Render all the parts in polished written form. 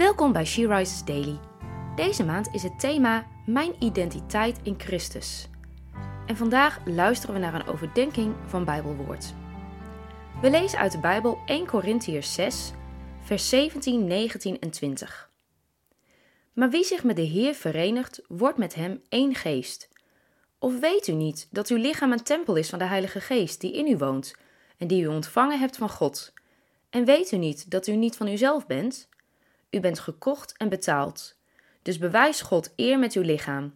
Welkom bij She Rises Daily. Deze maand is het thema Mijn identiteit in Christus. En vandaag luisteren we naar een overdenking van Bijbelwoord. We lezen uit de Bijbel 1 Korintiërs 6, vers 17, 19 en 20. Maar wie zich met de Heer verenigt, wordt met hem één geest. Of weet u niet dat uw lichaam een tempel is van de Heilige Geest die in u woont en die u ontvangen hebt van God? En weet u niet dat u niet van uzelf bent? U bent gekocht en betaald. Dus bewijs God eer met uw lichaam.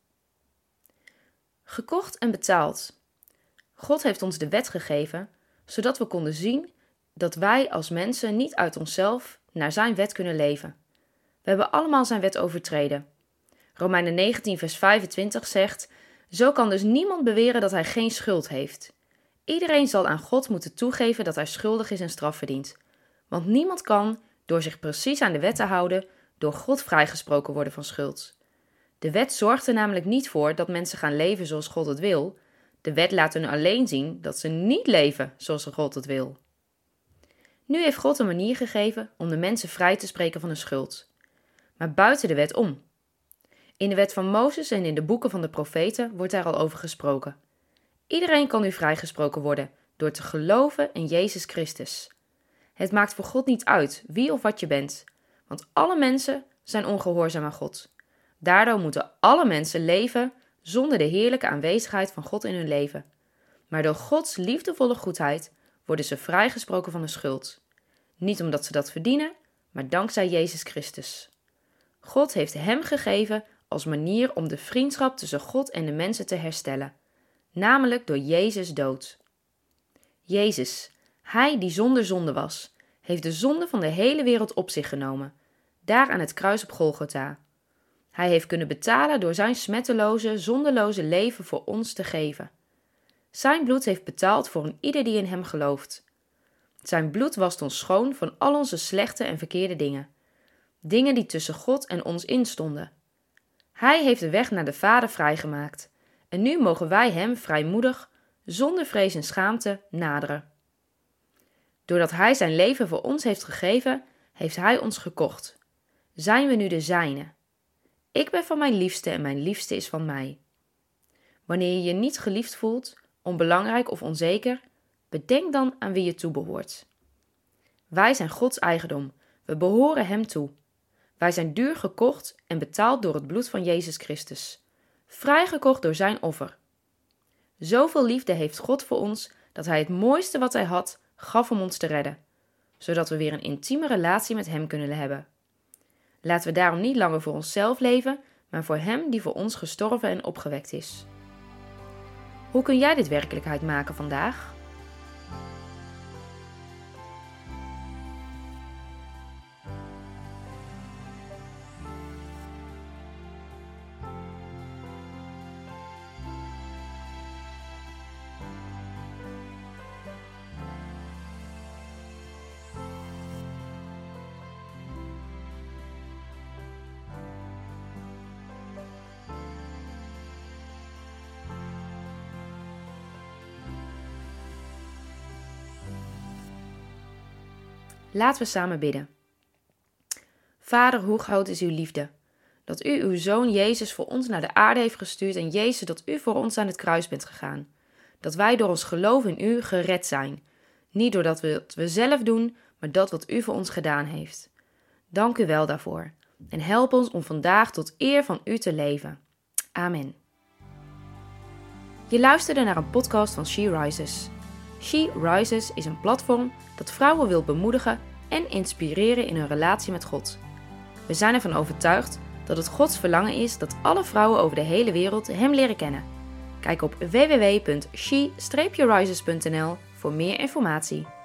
Gekocht en betaald. God heeft ons de wet gegeven, zodat we konden zien dat wij als mensen niet uit onszelf naar zijn wet kunnen leven. We hebben allemaal zijn wet overtreden. Romeinen 19 vers 25 zegt: zo kan dus niemand beweren dat hij geen schuld heeft. Iedereen zal aan God moeten toegeven dat hij schuldig is en straf verdient. Want niemand kan, door zich precies aan de wet te houden, door God vrijgesproken worden van schuld. De wet zorgt er namelijk niet voor dat mensen gaan leven zoals God het wil. De wet laat hun alleen zien dat ze niet leven zoals God het wil. Nu heeft God een manier gegeven om de mensen vrij te spreken van hun schuld. Maar buiten de wet om. In de wet van Mozes en in de boeken van de profeten wordt daar al over gesproken. Iedereen kan nu vrijgesproken worden door te geloven in Jezus Christus. Het maakt voor God niet uit wie of wat je bent, want alle mensen zijn ongehoorzaam aan God. Daardoor moeten alle mensen leven zonder de heerlijke aanwezigheid van God in hun leven. Maar door Gods liefdevolle goedheid worden ze vrijgesproken van de schuld. Niet omdat ze dat verdienen, maar dankzij Jezus Christus. God heeft hem gegeven als manier om de vriendschap tussen God en de mensen te herstellen, namelijk door Jezus' dood. Jezus, hij die zonder zonde was, heeft de zonde van de hele wereld op zich genomen, daar aan het kruis op Golgotha. Hij heeft kunnen betalen door zijn smetteloze, zondeloze leven voor ons te geven. Zijn bloed heeft betaald voor ieder die in hem gelooft. Zijn bloed wast ons schoon van al onze slechte en verkeerde dingen. Dingen die tussen God en ons instonden. Hij heeft de weg naar de Vader vrijgemaakt. En nu mogen wij hem vrijmoedig, zonder vrees en schaamte, naderen. Doordat hij zijn leven voor ons heeft gegeven, heeft hij ons gekocht. Zijn we nu de zijne? Ik ben van mijn liefste en mijn liefste is van mij. Wanneer je je niet geliefd voelt, onbelangrijk of onzeker, bedenk dan aan wie je toebehoort. Wij zijn Gods eigendom, we behoren hem toe. Wij zijn duur gekocht en betaald door het bloed van Jezus Christus. Vrijgekocht door zijn offer. Zoveel liefde heeft God voor ons, dat hij het mooiste wat hij had, gaf om ons te redden. Zodat we weer een intieme relatie met hem kunnen hebben. Laten we daarom niet langer voor onszelf leven, maar voor hem die voor ons gestorven en opgewekt is. Hoe kun jij dit werkelijkheid maken vandaag? Laten we samen bidden. Vader, hoe groot is uw liefde? Dat u uw Zoon Jezus voor ons naar de aarde heeft gestuurd en Jezus dat u voor ons aan het kruis bent gegaan. Dat wij door ons geloof in u gered zijn. Niet doordat we het we zelf doen, maar dat wat u voor ons gedaan heeft. Dank u wel daarvoor. En help ons om vandaag tot eer van u te leven. Amen. Je luisterde naar een podcast van She Rises. She Rises is een platform dat vrouwen wil bemoedigen en inspireren in hun relatie met God. We zijn ervan overtuigd dat het Gods verlangen is dat alle vrouwen over de hele wereld hem leren kennen. Kijk op www.she-rises.nl voor meer informatie.